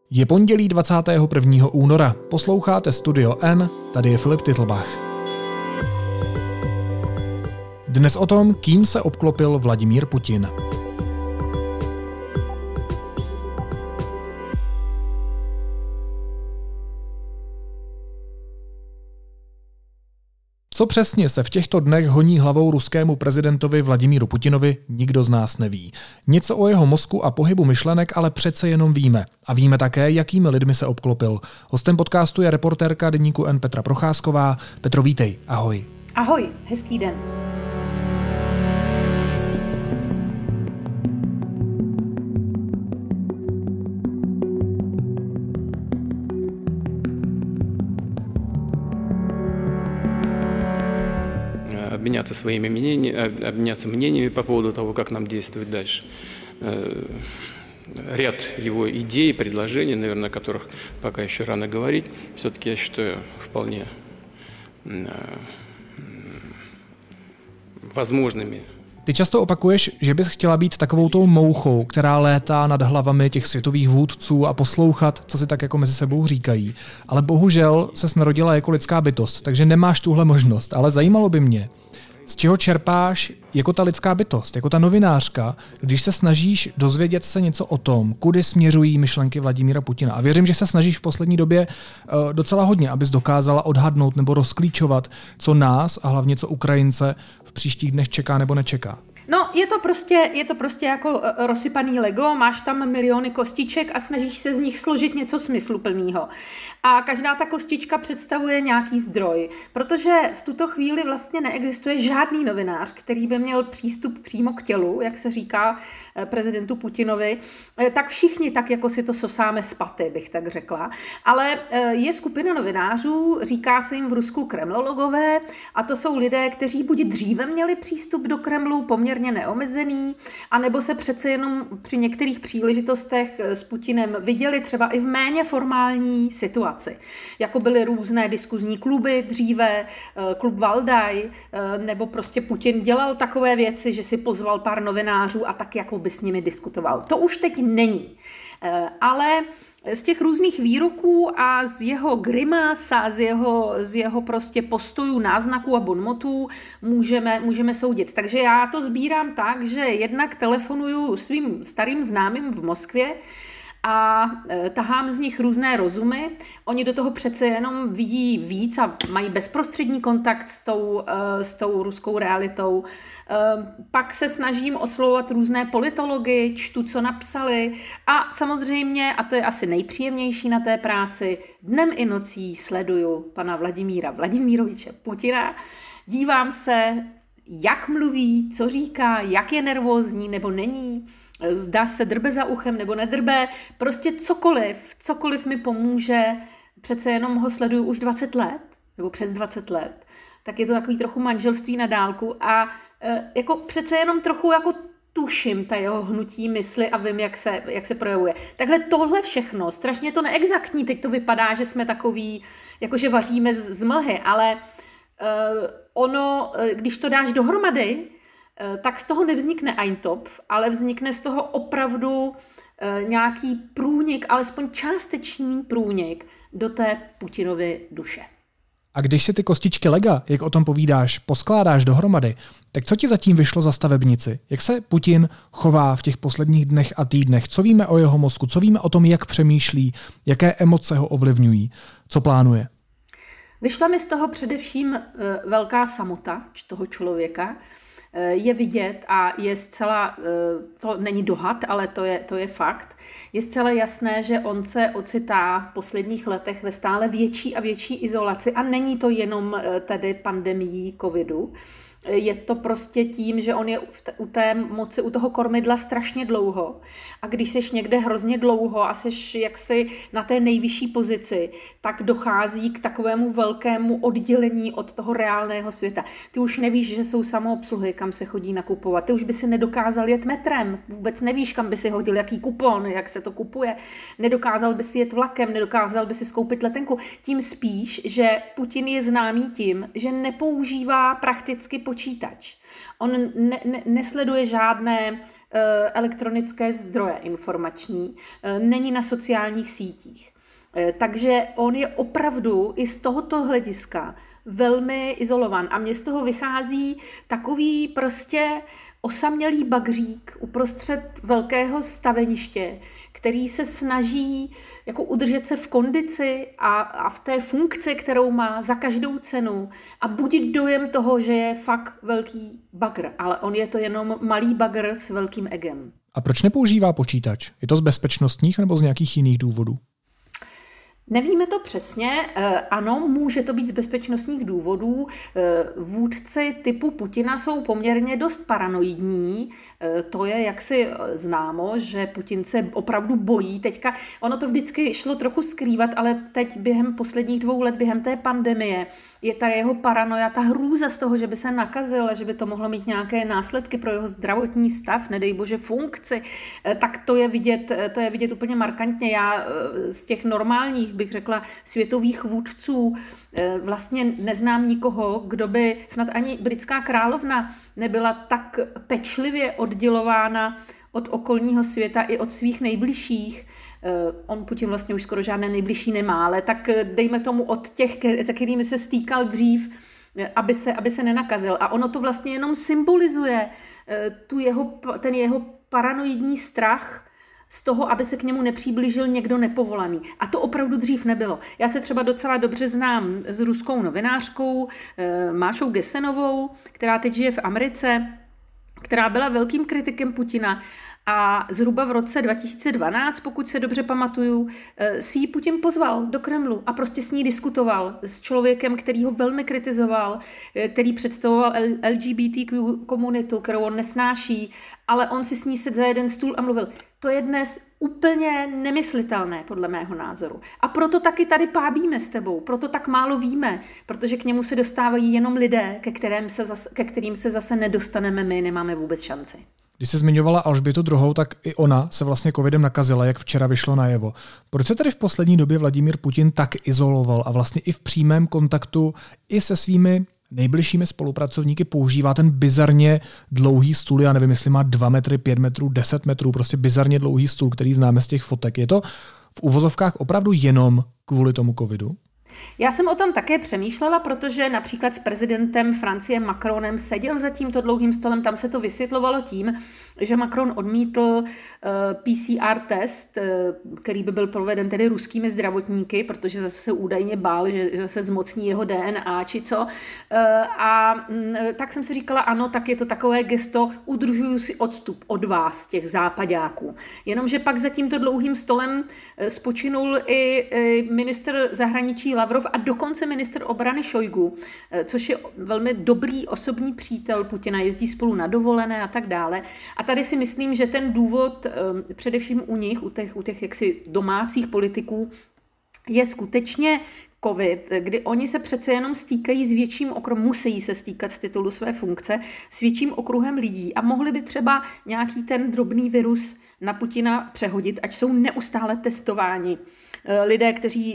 Je pondělí 21. února. Posloucháte Studio N, tady je Filip Titlbach. Dnes o tom, kým se obklopil Vladimír Putin. Co přesně se v těchto dnech honí hlavou ruskému prezidentovi Vladimíru Putinovi, nikdo z nás neví. Něco o jeho mozku a pohybu myšlenek ale přece jenom víme. A víme také, jakými lidmi se obklopil. Hostem podcastu je reportérka deníku N Petra Procházková. Petro, vítej. Ahoj. Ahoj, hezký den. Обменяться мнениями по поводу того, как нам действовать дальше. Ряд его идей, предложений, наверное, о которых пока еще рано говорить, все-таки я считаю вполне возможными. Ty často opakuješ, že bys chtěla být takovou tou mouchou, která létá nad hlavami těch světových vůdců a poslouchat, co si tak jako mezi sebou říkají. Ale bohužel ses narodila jako lidská bytost, takže nemáš tuhle možnost. Ale zajímalo by mě, z čeho čerpáš jako ta lidská bytost, jako ta novinářka, když se snažíš dozvědět se něco o tom, kudy směřují myšlenky Vladimíra Putina. A věřím, že se snažíš v poslední době docela hodně, abys dokázala odhadnout nebo rozklíčovat, co nás a hlavně co Ukrajince v příštích dnech čeká nebo nečeká. No, je to prostě jako rozsypaný Lego, máš tam miliony kostiček a snažíš se z nich složit něco smysluplného. A každá ta kostička představuje nějaký zdroj, protože v tuto chvíli vlastně neexistuje žádný novinář, který by měl přístup přímo k tělu, jak se říká prezidentu Putinovi, tak všichni tak jako si to sosáme z paty, bych tak řekla. Ale je skupina novinářů, říká se jim v Rusku kremlologové, a to jsou lidé, kteří buď dříve měli přístup do Kremlu poměrně neomezený, anebo se přece jenom při některých příležitostech s Putinem viděli třeba i v méně formální situaci. Jako byly různé diskuzní kluby dříve, klub Valdaj, nebo prostě Putin dělal takové věci, že si pozval pár novinářů a tak jako by s nimi diskutoval. To už teď není. Ale z těch různých výroků a z jeho grimasa, z jeho prostě postojů, náznaků a bonmotů můžeme soudit. Takže já to sbírám tak, že jednak telefonuju svým starým známým v Moskvě a tahám z nich různé rozumy. Oni do toho přece jenom vidí víc a mají bezprostřední kontakt s tou ruskou realitou. Pak se snažím oslovovat různé politology, čtu, co napsali a samozřejmě, a to je asi nejpříjemnější na té práci, dnem i nocí sleduju pana Vladimíra Vladimiroviče Putina. Dívám se, jak mluví, co říká, jak je nervózní nebo není, zdá se drbe za uchem nebo nedrbe, prostě cokoliv mi pomůže, přece jenom ho sleduju už 20 let, nebo přes 20 let, tak je to takový trochu manželství na dálku a jako přece jenom trochu jako tuším ta jeho hnutí mysli a vím, jak se projevuje. Takhle tohle všechno, strašně to neexaktní, teď to vypadá, že jsme takový, jakože vaříme z mlhy, ale ono, když to dáš dohromady, tak z toho nevznikne Eintopf, ale vznikne z toho opravdu nějaký průnik, alespoň částečný průnik do té Putinovy duše. A když si ty kostičky lega, jak o tom povídáš, poskládáš dohromady, tak co ti zatím vyšlo za stavebnici? Jak se Putin chová v těch posledních dnech a týdnech? Co víme o jeho mozku? Co víme o tom, jak přemýšlí? Jaké emoce ho ovlivňují? Co plánuje? Vyšla mi z toho především velká samota toho člověka. Je vidět a je zcela, to není dohad, ale to je fakt, je zcela jasné, že on se ocitá v posledních letech ve stále větší a větší izolaci a není to jenom tedy pandemií covidu. Je to prostě tím, že on je u té moci, u toho kormidla strašně dlouho. A když seš někde hrozně dlouho a seš jaksi na té nejvyšší pozici, tak dochází k takovému velkému oddělení od toho reálného světa. Ty už nevíš, že jsou samoobsluhy, kam se chodí nakupovat. Ty už by si nedokázal jet metrem. Vůbec nevíš, kam by si hodil, jaký kupon, jak se to kupuje. Nedokázal by si jet vlakem, nedokázal by si skoupit letenku. Tím spíš, že Putin je známý tím, že nepoužívá prakticky počítač. On nesleduje žádné elektronické zdroje informační, není na sociálních sítích. Takže on je opravdu i z tohoto hlediska velmi izolovan. A mně z toho vychází takový prostě osamělý bagřík uprostřed velkého staveniště, který se snaží jako udržet se v kondici a v té funkci, kterou má za každou cenu a budit dojem toho, že je fakt velký bagr. Ale on je to jenom malý bagr s velkým egem. A proč nepoužívá počítač? Je to z bezpečnostních nebo z nějakých jiných důvodů? Nevíme to přesně, ano, může to být z bezpečnostních důvodů. Vůdci typu Putina jsou poměrně dost paranoidní, to je jaksi známo, že Putin se opravdu bojí. Teďka ono to vždycky šlo trochu skrývat, ale teď během posledních 2 let, během té pandemie, je ta jeho paranoja, ta hrůza z toho, že by se nakazil a že by to mohlo mít nějaké následky pro jeho zdravotní stav, nedej bože funkci, tak to je vidět úplně markantně. Já z těch normálních, bych řekla, světových vůdců vlastně neznám nikoho, kdo by, snad ani britská královna nebyla tak pečlivě oddělována od okolního světa i od svých nejbližších. On Putin vlastně už skoro žádné nejbližší nemá, ale tak dejme tomu od těch, se kterými se stýkal dřív, aby se nenakazil. A ono to vlastně jenom symbolizuje ten jeho paranoidní strach z toho, aby se k němu nepřiblížil někdo nepovolaný. A to opravdu dřív nebylo. Já se třeba docela dobře znám s ruskou novinářkou Mášou Gesenovou, která teď žije v Americe, která byla velkým kritikem Putina a zhruba v roce 2012, pokud se dobře pamatuju, si ji Putin pozval do Kremlu a prostě s ní diskutoval s člověkem, který ho velmi kritizoval, který představoval LGBTQ komunitu, kterou on nesnáší, ale on si s ní sedl za jeden stůl a mluvil. To je dnes úplně nemyslitelné, podle mého názoru. A proto taky tady pábíme s tebou, proto tak málo víme, protože k němu se dostávají jenom lidé, ke kterým se zase nedostaneme my, nemáme vůbec šanci. Když se zmiňovala Alžbětu II., tak i ona se vlastně covidem nakazila, jak včera vyšlo najevo. Proč se tedy v poslední době Vladimír Putin tak izoloval a vlastně i v přímém kontaktu i se svými nejbližšími spolupracovníky používá ten bizarně dlouhý stůl, já nevím, jestli má 2 metry, 5 metrů, 10 metrů, prostě bizarně dlouhý stůl, který známe z těch fotek. Je to v uvozovkách opravdu jenom kvůli tomu covidu? Já jsem o tom také přemýšlela, protože například s prezidentem Francie Macronem seděl za tímto dlouhým stolem, tam se to vysvětlovalo tím, že Macron odmítl PCR test, který by byl proveden tedy ruskými zdravotníky, protože zase se údajně bál, že se zmocní jeho DNA či co. A tak jsem si říkala, ano, tak je to takové gesto, udržuju si odstup od vás, těch zápaďáků. Jenomže pak za tímto dlouhým stolem spočinul i ministr zahraničí Lavrov a dokonce ministr obrany Šojgu, což je velmi dobrý osobní přítel Putina, jezdí spolu na dovolené a tak dále. A tady si myslím, že ten důvod především u nich, u těch jaksi domácích politiků, je skutečně covid, kdy oni se přece jenom stýkají s větším okruhem, musí se stýkat z titulu své funkce, s větším okruhem lidí a mohli by třeba nějaký ten drobný virus na Putina přehodit, ať jsou neustále testováni. Lidé,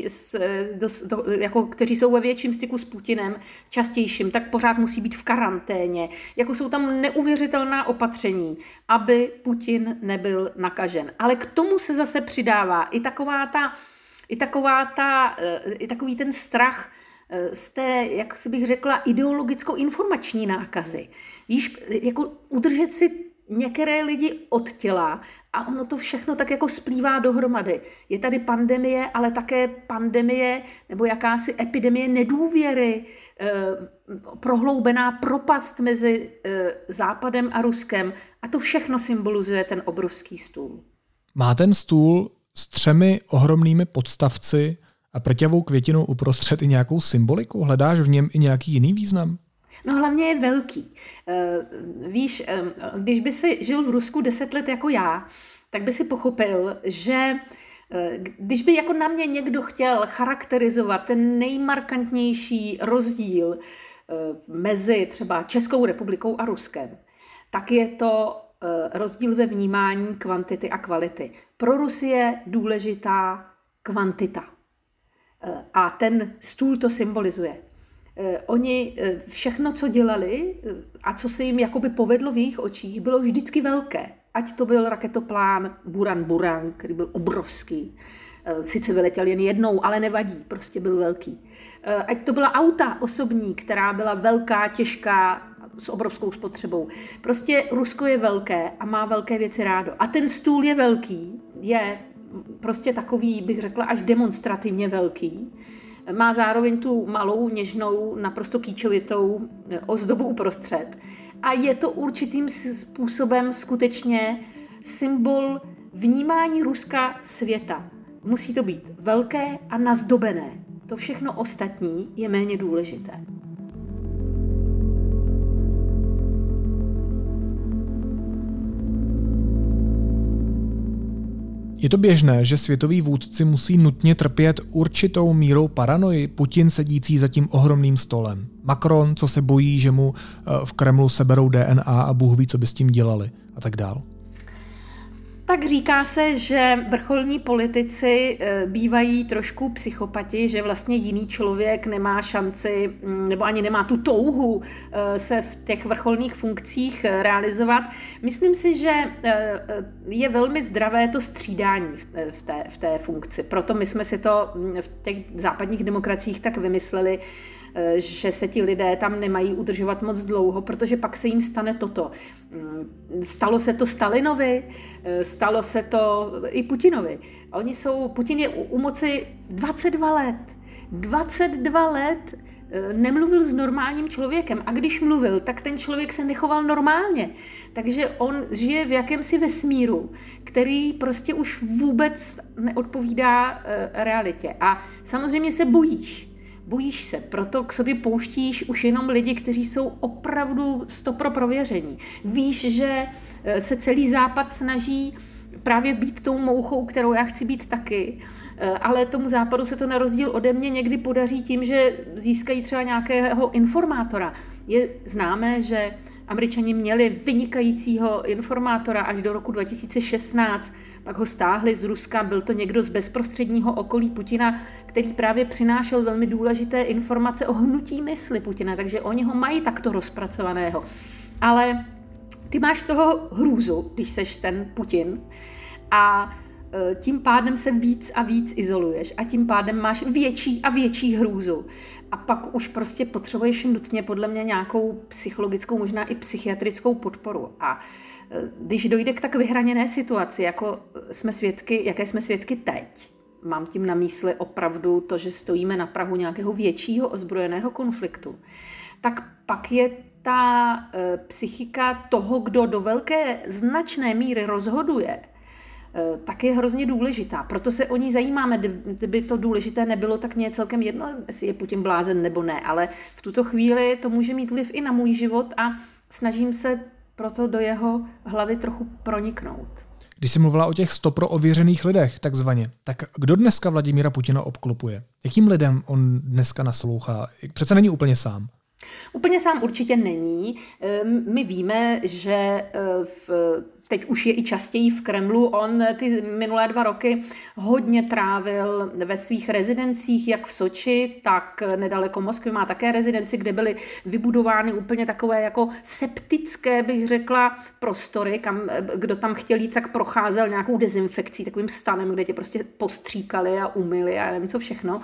kteří jsou ve větším styku s Putinem, častějším, tak pořád musí být v karanténě. Jako jsou tam neuvěřitelná opatření, aby Putin nebyl nakažen. Ale k tomu se zase přidává i takový ten strach z té, jak si bych řekla, ideologicko-informační nákazy. Víš, jako udržet si některé lidi od těla a ono to všechno tak jako splývá dohromady. Je tady pandemie, ale také pandemie nebo jakási epidemie nedůvěry, prohloubená propast mezi Západem a Ruskem a to všechno symbolizuje ten obrovský stůl. Má ten stůl s 3 ohromnými podstavci a prťavou květinou uprostřed i nějakou symboliku? Hledáš v něm i nějaký jiný význam? No hlavně je velký. Víš, když by si žil v Rusku 10 let jako já, tak by si pochopil, že když by jako na mě někdo chtěl charakterizovat ten nejmarkantnější rozdíl mezi třeba Českou republikou a Ruskem, tak je to rozdíl ve vnímání kvantity a kvality. Pro Rusy je důležitá kvantita. A ten stůl to symbolizuje. Oni všechno, co dělali a co se jim jakoby povedlo v jejich očích, bylo vždycky velké. ať to byl raketoplán Buran, který byl obrovský, sice vyletěl jen jednou, ale nevadí, prostě byl velký. Ať to byla auta osobní, která byla velká, těžká, s obrovskou spotřebou. Prostě Rusko je velké a má velké věci rádo. A ten stůl je velký, je prostě takový, bych řekla, až demonstrativně velký. Má zároveň tu malou, něžnou, naprosto kýčovitou ozdobu uprostřed. A je to určitým způsobem skutečně symbol vnímání Ruska světa. Musí to být velké a nazdobené. To všechno ostatní je méně důležité. Je to běžné, že světoví vůdci musí nutně trpět určitou mírou paranoji? Putin sedící za tím ohromným stolem. Macron, co se bojí, že mu v Kremlu seberou DNA a Bůh ví, co by s tím dělali a tak dál. Tak říká se, že vrcholní politici bývají trošku psychopati, že vlastně jiný člověk nemá šanci nebo ani nemá tu touhu se v těch vrcholných funkcích realizovat. Myslím si, že je velmi zdravé to střídání v té funkci. Proto my jsme si to v těch západních demokraciích tak vymysleli, že se ti lidé tam nemají udržovat moc dlouho, protože pak se jim stane toto. Stalo se to Stalinovi, stalo se to i Putinovi. Putin je u moci 22 let. 22 let nemluvil s normálním člověkem a když mluvil, tak ten člověk se nechoval normálně. Takže on žije v jakémsi vesmíru, který prostě už vůbec neodpovídá realitě. A samozřejmě se bojíš se, proto k sobě pouštíš už jenom lidi, kteří jsou opravdu 100% prověření. Víš, že se celý Západ snaží právě být tou mouchou, kterou já chci být taky, ale tomu Západu se to na rozdíl ode mě někdy podaří tím, že získají třeba nějakého informátora. Je známé, že Američani měli vynikajícího informátora až do roku 2016, pak ho stáhli z Ruska, byl to někdo z bezprostředního okolí Putina, který právě přinášel velmi důležité informace o hnutí mysli Putina, takže oni ho mají takto rozpracovaného. Ale ty máš z toho hrůzu, když seš ten Putin a tím pádem se víc a víc izoluješ a tím pádem máš větší a větší hrůzu. A pak už prostě potřebuješ nutně podle mě nějakou psychologickou, možná i psychiatrickou podporu. A když dojde k tak vyhraněné situaci, jaké jsme svědky teď, mám tím na mysli opravdu to, že stojíme na prahu nějakého většího ozbrojeného konfliktu, tak pak je ta psychika toho, kdo do velké značné míry rozhoduje, tak je hrozně důležitá. Proto se o ní zajímáme. Kdyby to důležité nebylo, tak mě je celkem jedno, jestli je Putin blázen nebo ne, ale v tuto chvíli to může mít vliv i na můj život a snažím se proto do jeho hlavy trochu proniknout. Když jsi mluvila o těch 100% ověřených lidech, takzvaně, tak kdo dneska Vladimíra Putina obklopuje? Jakým lidem on dneska naslouchá? Přece není úplně sám. Úplně sám určitě není. My víme, že teď už je i častěji v Kremlu. On ty minulé 2 roky hodně trávil ve svých rezidencích, jak v Soči, tak nedaleko Moskvy. Má také rezidenci, kde byly vybudovány úplně takové jako septické, bych řekla, prostory, kam kdo tam chtěl jít, tak procházel nějakou dezinfekcí, takovým stanem, kde tě prostě postříkali a umyli a nevím co všechno.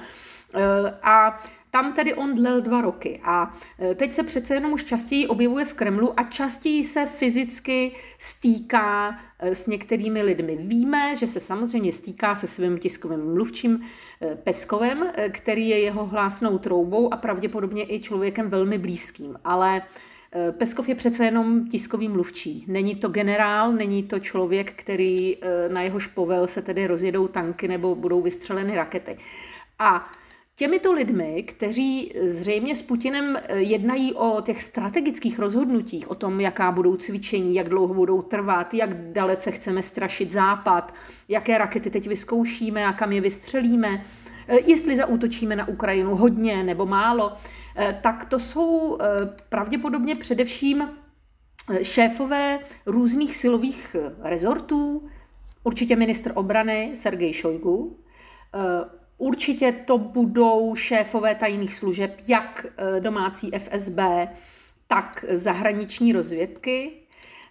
A tam tedy on dlel 2 roky a teď se přece jenom už častěji objevuje v Kremlu a častěji se fyzicky stýká s některými lidmi. Víme, že se samozřejmě stýká se svým tiskovým mluvčím Peskovem, který je jeho hlásnou troubou a pravděpodobně i člověkem velmi blízkým, ale Peskov je přece jenom tiskový mluvčí. Není to generál, není to člověk, který na jehož povel se tedy rozjedou tanky nebo budou vystřeleny rakety. A těmito lidmi, kteří zřejmě s Putinem jednají o těch strategických rozhodnutích, o tom, jaká budou cvičení, jak dlouho budou trvat, jak dalece chceme strašit Západ, jaké rakety teď vyzkoušíme a kam je vystřelíme, jestli zaútočíme na Ukrajinu hodně nebo málo, tak to jsou pravděpodobně především šéfové různých silových rezortů, určitě ministr obrany Sergej Šojgu, určitě to budou šéfové tajných služeb, jak domácí FSB, tak zahraniční rozvědky.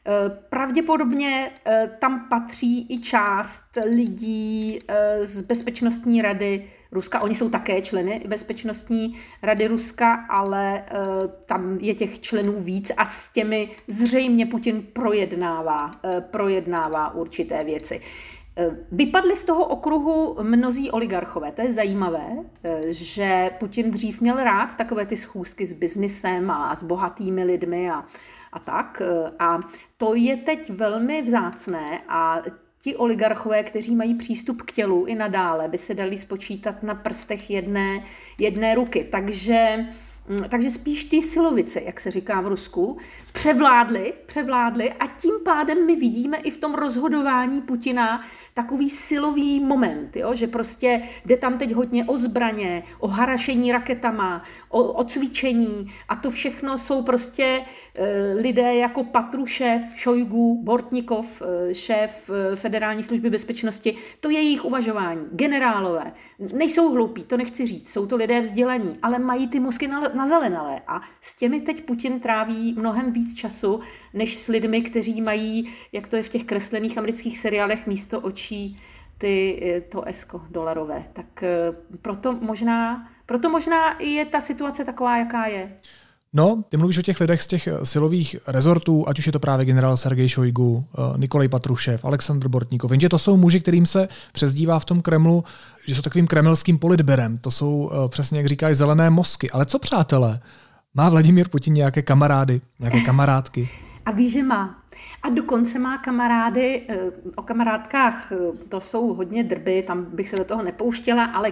Pravděpodobně tam patří i část lidí z Bezpečnostní rady Ruska. Oni jsou také členy Bezpečnostní rady Ruska, ale tam je těch členů víc a s těmi zřejmě Putin projednává určité věci. Vypadli z toho okruhu mnozí oligarchové. To je zajímavé, že Putin dřív měl rád takové ty schůzky s biznisem a s bohatými lidmi a tak. A to je teď velmi vzácné a ti oligarchové, kteří mají přístup k tělu i nadále, by se dali spočítat na prstech jedné ruky. Takže spíš ty silovice, jak se říká v Rusku, převládly a tím pádem my vidíme i v tom rozhodování Putina takový silový moment, jo? Že prostě jde tam teď hodně o zbraně, o harašení raketama, o cvičení a to všechno jsou prostě lidé jako Patrušev, Šojgu, Bortnikov, šéf Federální služby bezpečnosti, to je jejich uvažování. Generálové nejsou hloupí, to nechci říct, jsou to lidé vzdělaní, ale mají ty mozky nazelenalé a s těmi teď Putin tráví mnohem víc času, než s lidmi, kteří mají, jak to je v těch kreslených amerických seriálech, místo očí to esko dolarové. Tak proto možná je ta situace taková, jaká je. No, ty mluvíš o těch lidech z těch silových rezortů, ať už je to právě generál Sergej Šojgu, Nikolaj Patrušev, Aleksandr Bortnikov. Jenže to jsou muži, kterým se přezdívá v tom Kremlu, že jsou takovým kremelským politbyrem. To jsou přesně, jak říkáš, zelené mozky. Ale co, přátelé? Má Vladimír Putin nějaké kamarády, nějaké kamarádky? A víš, že má. A dokonce má kamarády, o kamarádkách to jsou hodně drby, tam bych se do toho nepouštěla, ale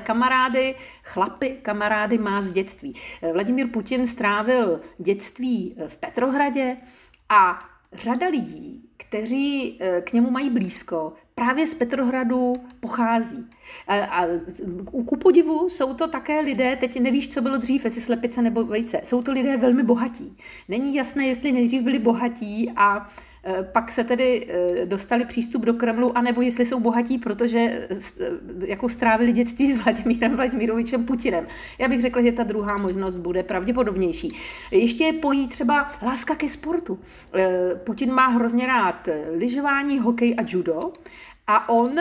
kamarády má z dětství. Vladimír Putin strávil dětství v Petrohradě a řada lidí, kteří k němu mají blízko, právě z Petrohradu pochází. A ku podivu jsou to také lidé, teď nevíš, co bylo dřív, jestli slepice nebo vejce, jsou to lidé velmi bohatí. Není jasné, jestli nejdřív byli bohatí a pak se tedy dostali přístup do Kremlu, anebo jestli jsou bohatí, protože jako strávili dětství s Vladimírem Vladimirovičem Putinem. Já bych řekla, že ta druhá možnost bude pravděpodobnější. Ještě je pojí třeba láska ke sportu. Putin má hrozně rád lyžování, hokej a judo a on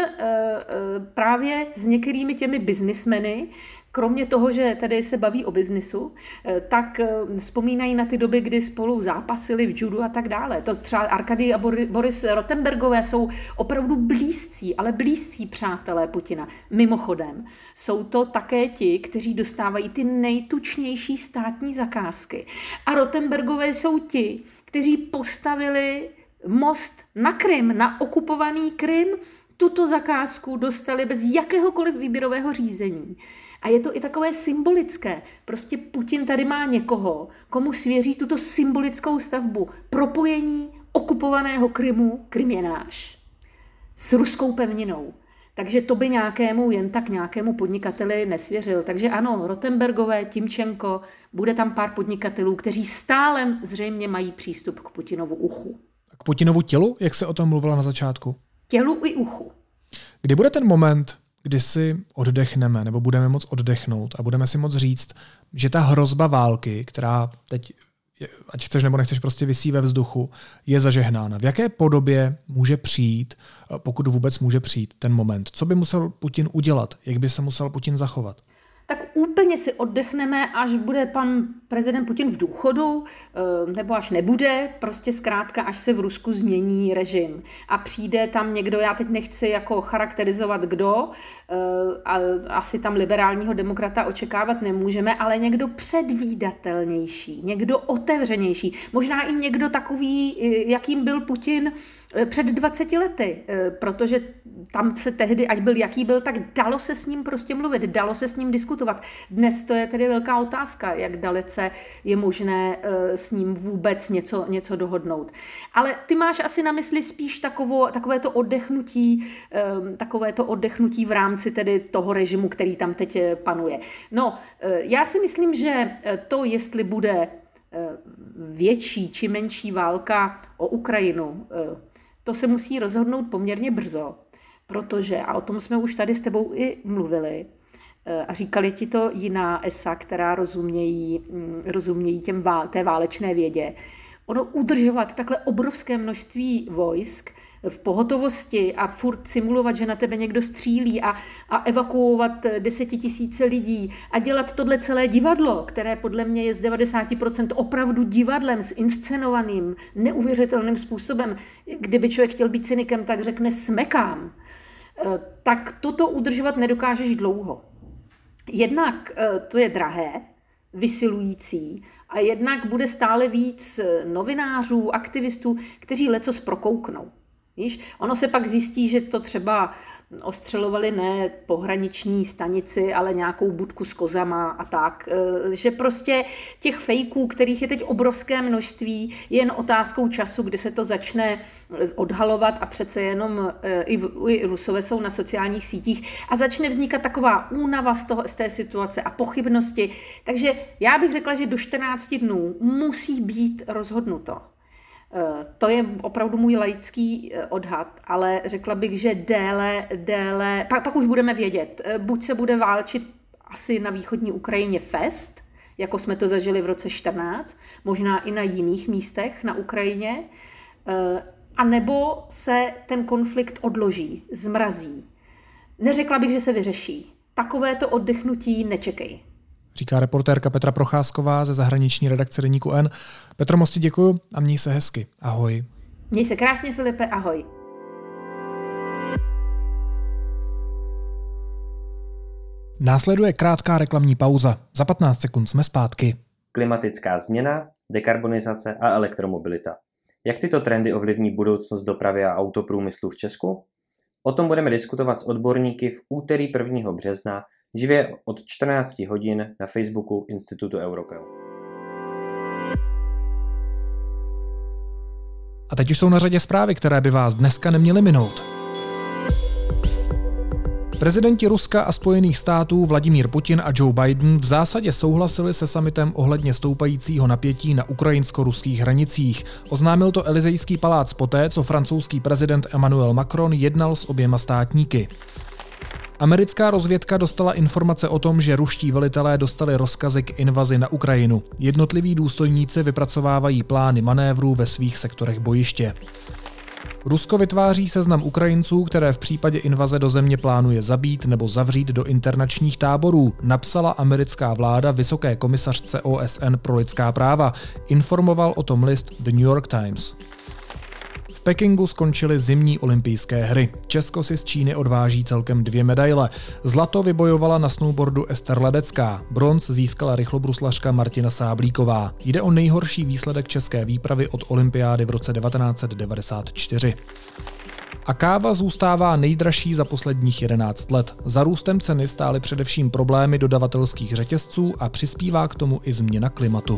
právě s některými těmi biznismeny, kromě toho, že tady se baví o biznisu, tak vzpomínají na ty doby, kdy spolu zápasili v judu a tak dále. To třeba Arkadij a Boris Rotenbergové jsou opravdu blízcí, ale blízcí přátelé Putina. Mimochodem, jsou to také ti, kteří dostávají ty nejtučnější státní zakázky. A Rotenbergové jsou ti, kteří postavili most na Krym, na okupovaný Krym. Tuto zakázku dostali bez jakéhokoliv výběrového řízení. A je to i takové symbolické. Prostě Putin tady má někoho, komu svěří tuto symbolickou stavbu propojení okupovaného Krymu, Krym je náš, s ruskou pevninou. Takže to by nějakému podnikateli nesvěřil. Takže ano, Rotenbergové, Timčenko, bude tam pár podnikatelů, kteří stále zřejmě mají přístup k Putinovu uchu. K Putinovu tělu, jak se o tom mluvila na začátku? Tělu i uchu. Kdy bude ten moment, kdy si oddechneme, nebo budeme moct oddechnout a budeme si moct říct, že ta hrozba války, která teď, ať chceš nebo nechceš, prostě visí ve vzduchu, je zažehnána. V jaké podobě může přijít, pokud vůbec může přijít ten moment? Co by musel Putin udělat? Jak by se musel Putin zachovat? Tak úplně si oddechneme, až bude pan prezident Putin v důchodu, nebo až nebude, prostě zkrátka, až se v Rusku změní režim. A přijde tam někdo, já teď nechci jako charakterizovat kdo, a asi tam liberálního demokrata očekávat nemůžeme, ale někdo předvídatelnější, někdo otevřenější, možná i někdo takový, jakým byl Putin před 20 lety, protože tam se tehdy, ať byl jaký byl, tak dalo se s ním prostě mluvit, dalo se s ním diskutovat. Dnes to je tedy velká otázka, jak dalece je možné s ním vůbec něco dohodnout. Ale ty máš asi na mysli spíš takovéto oddechnutí v rámci tedy toho režimu, který tam teď panuje. No, já si myslím, že to, jestli bude větší či menší válka o Ukrajinu, to se musí rozhodnout poměrně brzo, protože, a o tom jsme už tady s tebou i mluvili, a říkali ti to jiná ESA, která rozumějí té válečné vědě. Ono udržovat takhle obrovské množství vojsk v pohotovosti a furt simulovat, že na tebe někdo střílí a evakuovat 10 000 lidí a dělat tohle celé divadlo, které podle mě je z 90% opravdu divadlem, zinscenovaným, neuvěřitelným způsobem. Kdyby člověk chtěl být cynikem, tak řekne smekám. Tak toto udržovat nedokážeš dlouho. Jednak to je drahé, vysilující, a jednak bude stále víc novinářů, aktivistů, kteří lecos prokouknou. Víš? Ono se pak zjistí, že to třeba ostřelovali ne pohraniční stanici, ale nějakou budku s kozama a tak. Že prostě těch fejků, kterých je teď obrovské množství, je jen otázkou času, kdy se to začne odhalovat a přece jenom i Rusové jsou na sociálních sítích a začne vznikat taková únava z té situace a pochybnosti. Takže já bych řekla, že do 14 dnů musí být rozhodnuto. To je opravdu můj laický odhad, ale řekla bych, že déle, pak už budeme vědět. Buď se bude válčit asi na východní Ukrajině fest, jako jsme to zažili v roce 14, možná i na jiných místech na Ukrajině, anebo se ten konflikt odloží, zmrazí. Neřekla bych, že se vyřeší. Takovéto oddechnutí nečekej. Říká reportérka Petra Procházková ze zahraniční redakce Deníku N. Petro, moc ti děkuju a měj se hezky. Ahoj. Měj se krásně, Filipe, ahoj. Následuje krátká reklamní pauza. Za 15 sekund jsme zpátky. Klimatická změna, dekarbonizace a elektromobilita. Jak tyto trendy ovlivní budoucnost dopravy a autoprůmyslu v Česku? O tom budeme diskutovat s odborníky v úterý 1. března živě od 14 hodin na Facebooku Institutu Europeo. A teď už jsou na řadě zprávy, které by vás dneska neměly minout. Prezidenti Ruska a Spojených států Vladimír Putin a Joe Biden v zásadě souhlasili se summitem ohledně stoupajícího napětí na ukrajinsko-ruských hranicích. Oznámil to Elysejský palác poté, co francouzský prezident Emmanuel Macron jednal s oběma státníky. Americká rozvědka dostala informace o tom, že ruští velitelé dostali rozkazy k invazi na Ukrajinu. Jednotliví důstojníci vypracovávají plány manévrů ve svých sektorech bojiště. Rusko vytváří seznam Ukrajinců, které v případě invaze do země plánuje zabít nebo zavřít do internačních táborů, napsala americká vláda vysoké komisařce OSN pro lidská práva. Informoval o tom list The New York Times. V Pekingu skončily zimní olympijské hry. Česko si z Číny odváží celkem 2 medaile. Zlato vybojovala na snowboardu Ester Ledecká, bronz získala rychlobruslařka Martina Sáblíková. Jde o nejhorší výsledek české výpravy od olympiády v roce 1994. A káva zůstává nejdražší za posledních 11 let. Za růstem ceny stály především problémy dodavatelských řetězců a přispívá k tomu i změna klimatu.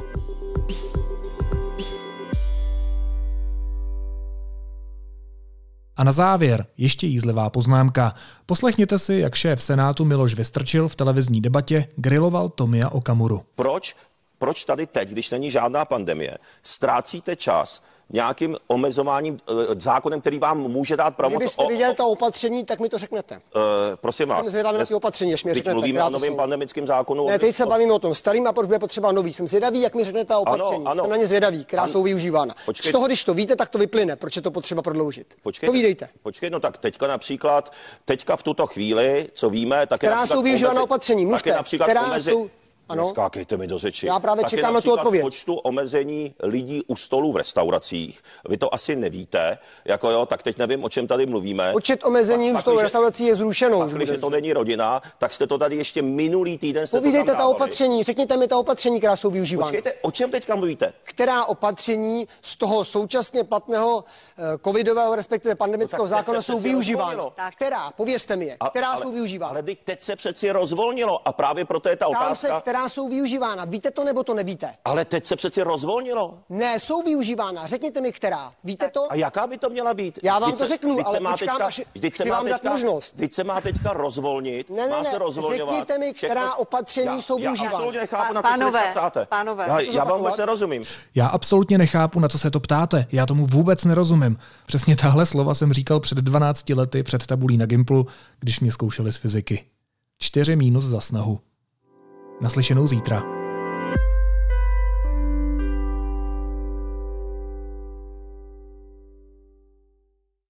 A na závěr ještě jízlivá poznámka. Poslechněte si, jak šéf Senátu Miloš Vystrčil v televizní debatě griloval Tomia Okamuru. Proč tady teď, když není žádná pandemie, ztrácíte čas nějakým omezováním zákonem, který vám může dát pravomoc? Kdybyste viděl ta opatření, tak mi to řeknete. Prosím vás. Teď mluvíme o novém pandemickém zákonu. Ne, teď se bavíme o tom starým a proč bude potřeba nový. Jsem zvědavý, jak mi řeknete ta opatření. Jsem na ně zvědavý, která jsou využívána. Z toho, když to víte, tak to vyplyne, proč je to potřeba prodloužit. Povídejte. No tak teďka v tuto chvíli, co víme, tak která jsou využívána opatření. Mluvte, která jsou... Ano. Neskákejte mi do řeči. Já právě čekám na tu odpověď. Počtu omezení lidí u stolů v restauracích. Vy to asi nevíte, tak teď nevím, o čem tady mluvíme. Počet omezení u stolů v restauracích je zrušenou. Když to není rodina, tak jste to tady ještě minulý týden Povídejte ta opatření, řekněte mi ta opatření, která jsou využívána. Počkejte, o čem teďka mluvíte? Která opatření z toho současně platného covidového, respektive pandemického zákona jsou využívána? Která? Povězte mi je. Která jsou využívána? Ale teď se přeci rozvolnilo a právě proto je ta otázka. Která jsou využívána. Víte to nebo to nevíte? Ale teď se přeci rozvolnilo. Ne, jsou využívána. Řekněte mi, která. Víte to? A jaká by to měla být? Já vám to řeknu, ale počkám, až chci vám dát možnost. Teď se má teďka rozvolnit. Ne, se rozvolňovat. Řekněte mi, která opatření jsou využívána. Já absolutně nechápu, na co se ptáte. Já vám vůbec nerozumím. Já absolutně nechápu, na co se to ptáte. Já tomu vůbec nerozumím. Přesně tahle slova jsem říkal před 12 lety před tabulí na Gimplu, když mě zkoušeli z fyziky. 4 mínus za snahu. Naslyšenou zítra.